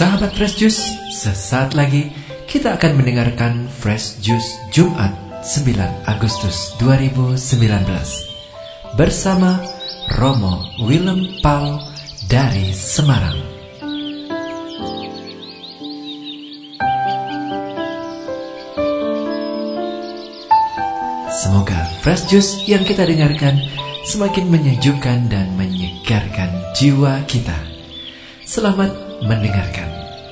Sahabat Fresh Juice, sesaat lagi kita akan mendengarkan Fresh Juice Jumat 9 Agustus 2019 bersama Romo Willem Paul dari Semarang. Semoga Fresh Juice yang kita dengarkan semakin menyejukkan dan menyegarkan jiwa kita. Selamat mendengarkan.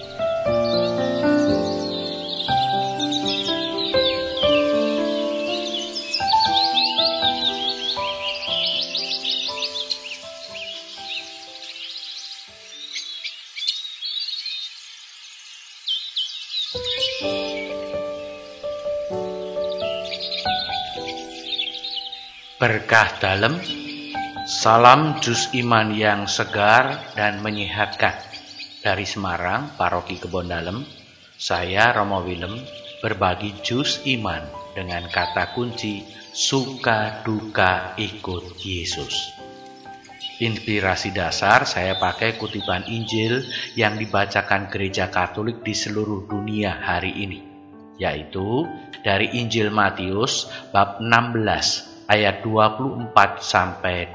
Berkah dalam, salam jus iman yang segar dan menyehatkan. Dari Semarang, Paroki Kebon Dalem, saya Romo Willem berbagi jus iman dengan kata kunci suka duka ikut Yesus. Inspirasi dasar saya pakai kutipan Injil yang dibacakan Gereja Katolik di seluruh dunia hari ini, yaitu dari Injil Matius bab 16 ayat 24 sampai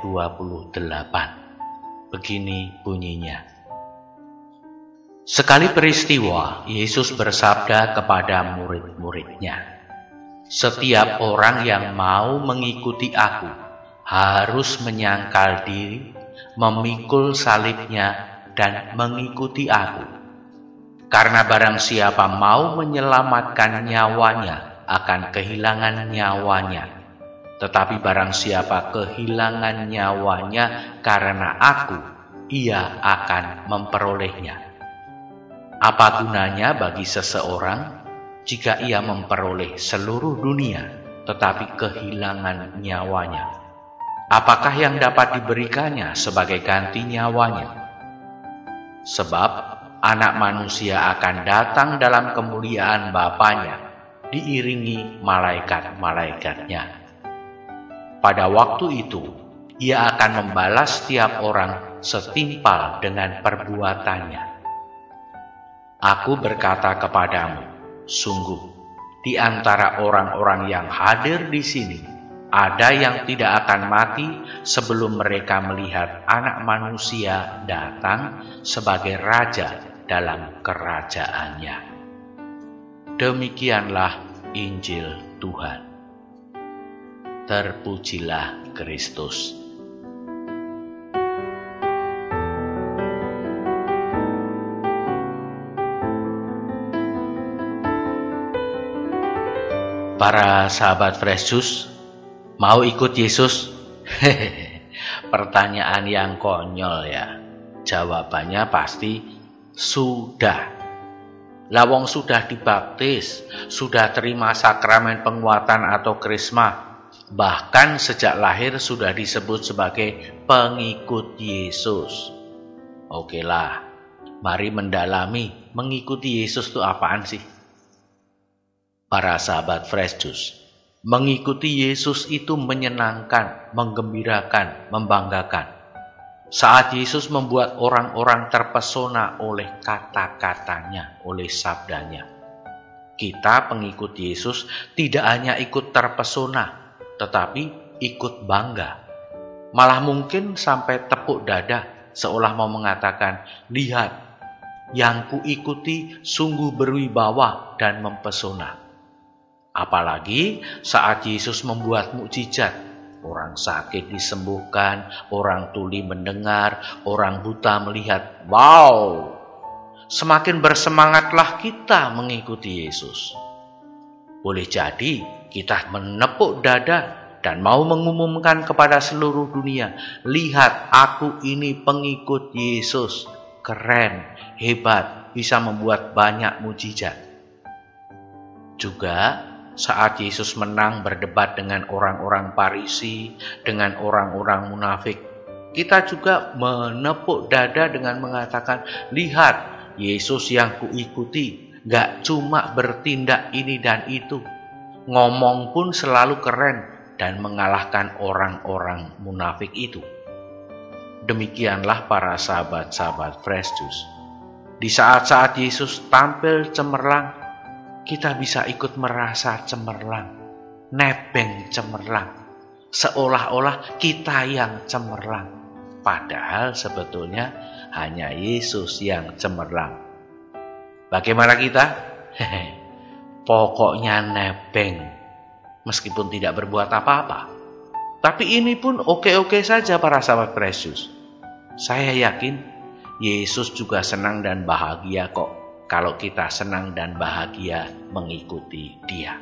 28. Begini bunyinya. Sekali peristiwa, Yesus bersabda kepada murid-muridnya, "Setiap orang yang mau mengikuti aku harus menyangkal diri, memikul salibnya, dan mengikuti aku. Karena barang siapa mau menyelamatkan nyawanya akan kehilangan nyawanya. Tetapi barang siapa kehilangan nyawanya karena aku, ia akan memperolehnya. Apa gunanya bagi seseorang jika ia memperoleh seluruh dunia tetapi kehilangan nyawanya? Apakah yang dapat diberikannya sebagai ganti nyawanya? Sebab Anak Manusia akan datang dalam kemuliaan Bapanya, diiringi malaikat-malaikatnya. Pada waktu itu, ia akan membalas setiap orang setimpal dengan perbuatannya. Aku berkata kepadamu, sungguh, di antara orang-orang yang hadir di sini, ada yang tidak akan mati sebelum mereka melihat Anak Manusia datang sebagai Raja dalam kerajaannya." Demikianlah Injil Tuhan. Terpujilah Kristus. Para sahabat Fresh Juice, mau ikut Yesus? Pertanyaan yang konyol ya. Jawabannya pasti sudah. Lawong sudah dibaptis, sudah terima sakramen penguatan atau krisma. Bahkan sejak lahir sudah disebut sebagai pengikut Yesus. Oke lah, mari mendalami mengikuti Yesus itu apaan sih? Para sahabat Fresh Juice, mengikuti Yesus itu menyenangkan, menggembirakan, membanggakan. Saat Yesus membuat orang-orang terpesona oleh kata-katanya, oleh sabdanya. Kita pengikut Yesus tidak hanya ikut terpesona, tetapi ikut bangga. Malah mungkin sampai tepuk dada seolah mau mengatakan, "Lihat, yang kuikuti sungguh berwibawa dan mempesona." Apalagi saat Yesus membuat mukjizat, orang sakit disembuhkan, orang tuli mendengar, orang buta melihat. Wow! Semakin bersemangatlah kita mengikuti Yesus. Boleh jadi kita menepuk dada dan mau mengumumkan kepada seluruh dunia, "Lihat, aku ini pengikut Yesus. Keren, hebat, bisa membuat banyak mukjizat." Juga saat Yesus menang berdebat dengan orang-orang Farisi, dengan orang-orang munafik, kita juga menepuk dada dengan mengatakan, "Lihat, Yesus yang kuikuti gak cuma bertindak ini dan itu, ngomong pun selalu keren dan mengalahkan orang-orang munafik itu." Demikianlah para sahabat-sahabat Fresh Juice. Di saat-saat Yesus tampil cemerlang, kita bisa ikut merasa cemerlang, nebeng cemerlang, seolah-olah kita yang cemerlang. Padahal sebetulnya hanya Yesus yang cemerlang. Bagaimana kita? Pokoknya nebeng, meskipun tidak berbuat apa-apa. Tapi ini pun oke-oke saja para sahabat Precious. Saya yakin Yesus juga senang dan bahagia kok kalau kita senang dan bahagia mengikuti Dia.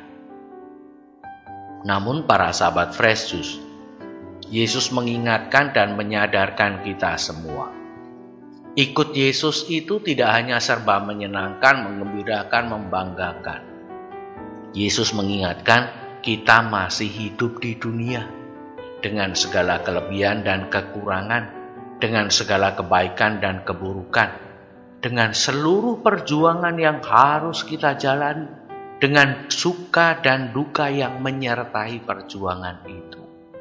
Namun para sahabat Precious, Yesus mengingatkan dan menyadarkan kita semua. Ikut Yesus itu tidak hanya serba menyenangkan, menggembirakan, membanggakan. Yesus mengingatkan kita masih hidup di dunia dengan segala kelebihan dan kekurangan, dengan segala kebaikan dan keburukan, dengan seluruh perjuangan yang harus kita jalani, dengan suka dan duka yang menyertai perjuangan itu.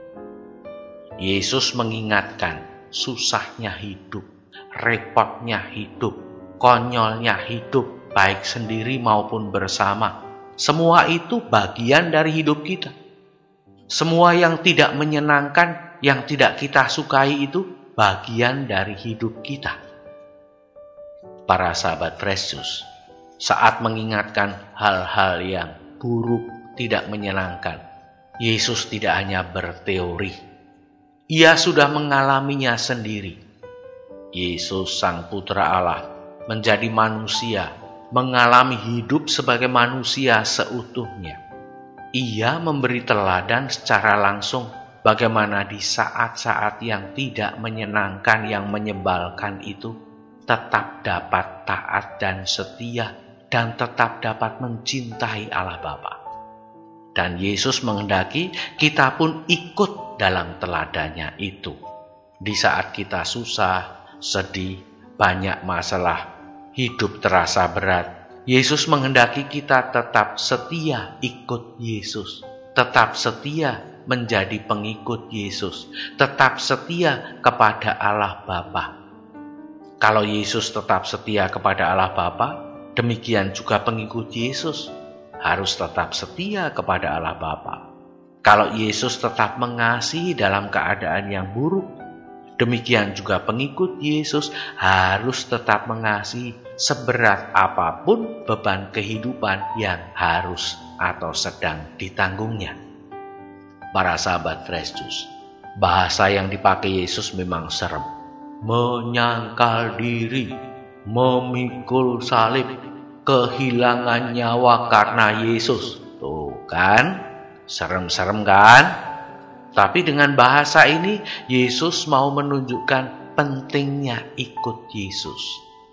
Yesus mengingatkan susahnya hidup, repotnya hidup, konyolnya hidup, baik sendiri maupun bersama. Semua itu bagian dari hidup kita. Semua yang tidak menyenangkan, yang tidak kita sukai itu bagian dari hidup kita. Para sahabat Precious, saat mengingatkan hal-hal yang buruk, tidak menyenangkan, Yesus tidak hanya berteori. Ia sudah mengalaminya sendiri. Yesus Sang Putra Allah menjadi manusia, mengalami hidup sebagai manusia seutuhnya. Ia memberi teladan secara langsung bagaimana di saat-saat yang tidak menyenangkan, yang menyebalkan itu, tetap dapat taat dan setia, dan tetap dapat mencintai Allah Bapa. Dan Yesus menghendaki kita pun ikut dalam teladannya itu. Di saat kita susah, sedih, banyak masalah, hidup terasa berat, Yesus menghendaki kita tetap setia ikut Yesus, tetap setia menjadi pengikut Yesus, tetap setia kepada Allah Bapa. Kalau Yesus tetap setia kepada Allah Bapa, demikian juga pengikut Yesus harus tetap setia kepada Allah Bapa. Kalau Yesus tetap mengasihi dalam keadaan yang buruk, demikian juga pengikut Yesus harus tetap mengasihi seberat apapun beban kehidupan yang harus atau sedang ditanggungnya. Para sahabat Precious, bahasa yang dipakai Yesus memang serem. Menyangkal diri, memikul salib, kehilangan nyawa karena Yesus. Tuh kan, serem-serem kan? Tapi dengan bahasa ini, Yesus mau menunjukkan pentingnya ikut Yesus.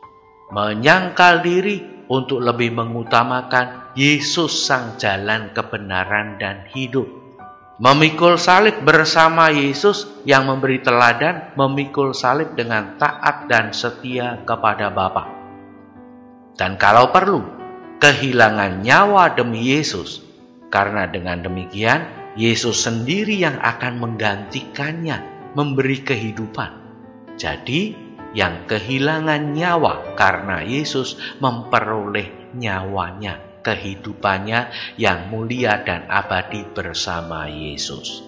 Menyangkal diri untuk lebih mengutamakan Yesus Sang Jalan Kebenaran dan Hidup. Memikul salib bersama Yesus yang memberi teladan, memikul salib dengan taat dan setia kepada Bapa. Dan kalau perlu, kehilangan nyawa demi Yesus. Karena dengan demikian, Yesus sendiri yang akan menggantikannya, memberi kehidupan. Jadi, yang kehilangan nyawa karena Yesus memperoleh nyawanya, kehidupannya yang mulia dan abadi bersama Yesus.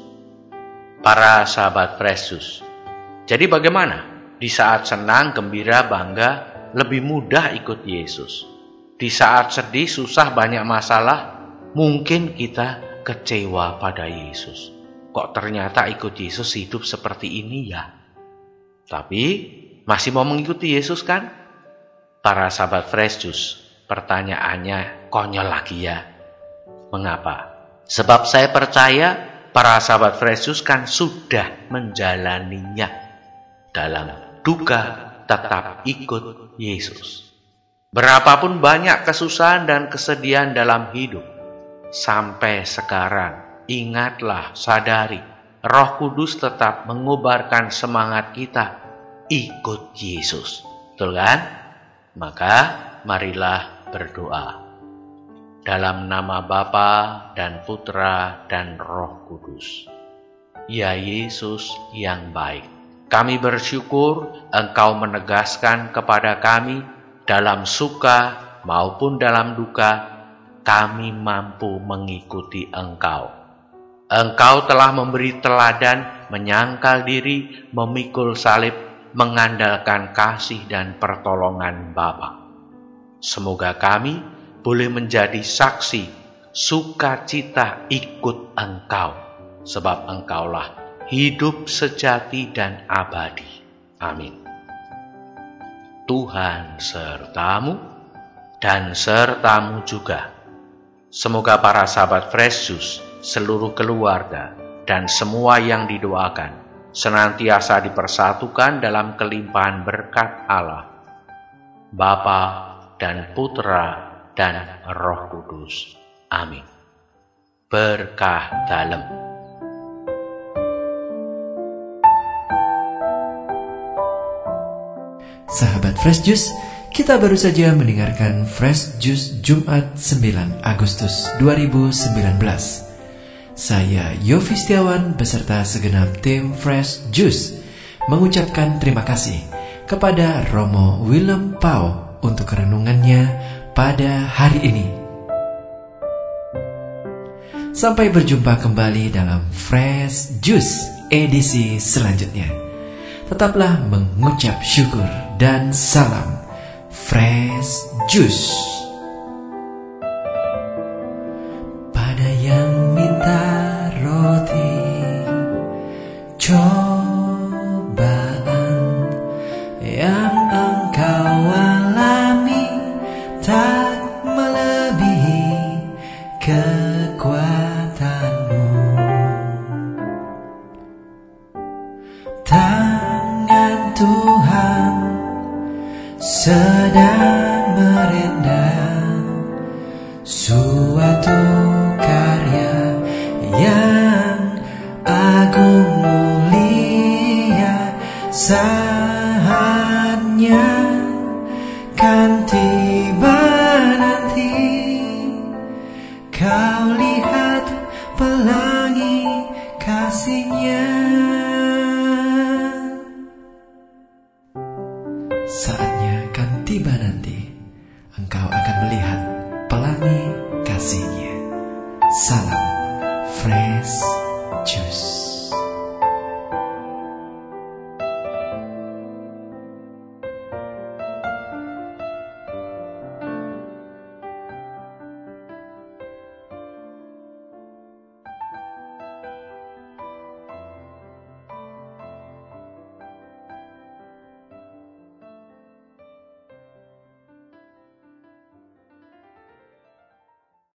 Para sahabat Precious, jadi bagaimana? Di saat senang, gembira, bangga, lebih mudah ikut Yesus. Di saat sedih, susah, banyak masalah, mungkin kita kecewa pada Yesus. Kok ternyata ikut Yesus hidup seperti ini ya? Tapi masih mau mengikuti Yesus kan? Para sahabat Precious, pertanyaannya konyol lagi ya. Mengapa? Sebab saya percaya para sahabat Precious kan sudah menjalaninya. Dalam duka tetap ikut Yesus. Berapapun banyak kesusahan dan kesedihan dalam hidup, sampai sekarang ingatlah, sadari, Roh Kudus tetap mengubarkan semangat kita ikut Yesus. Betul kan? Maka marilah berdoa. Dalam nama Bapa dan Putra dan Roh Kudus. Ya Yesus yang baik, kami bersyukur Engkau menegaskan kepada kami dalam suka maupun dalam duka, kami mampu mengikuti Engkau. Engkau telah memberi teladan, menyangkal diri, memikul salib, mengandalkan kasih dan pertolongan Bapa. Semoga kami boleh menjadi saksi sukacita ikut Engkau, sebab Engkaulah hidup sejati dan abadi. Amin. Tuhan sertamu dan sertamu juga. Semoga para sahabat Fresh Juice, seluruh keluarga, dan semua yang didoakan senantiasa dipersatukan dalam kelimpahan berkat Allah, Bapa dan Putra dan Roh Kudus. Amin. Berkah dalam. Sahabat Fresh Juice, kita baru saja mendengarkan Fresh Juice Jumat 9 Agustus 2019. Saya Yofi Setiawan beserta segenap tim Fresh Juice mengucapkan terima kasih kepada Romo Willem Pau untuk renungannya pada hari ini. Sampai berjumpa kembali dalam Fresh Juice edisi selanjutnya. Tetaplah mengucap syukur dan salam Fresh Juice. Pada yang minta roti cobaan yang engkau alami tak melebihi kekuatanmu. Tangan Tuhan sedang merendam suatu karya yang agung mulia. Saatnya kan tiba nanti, kau lihat pelangi kasih-Nya.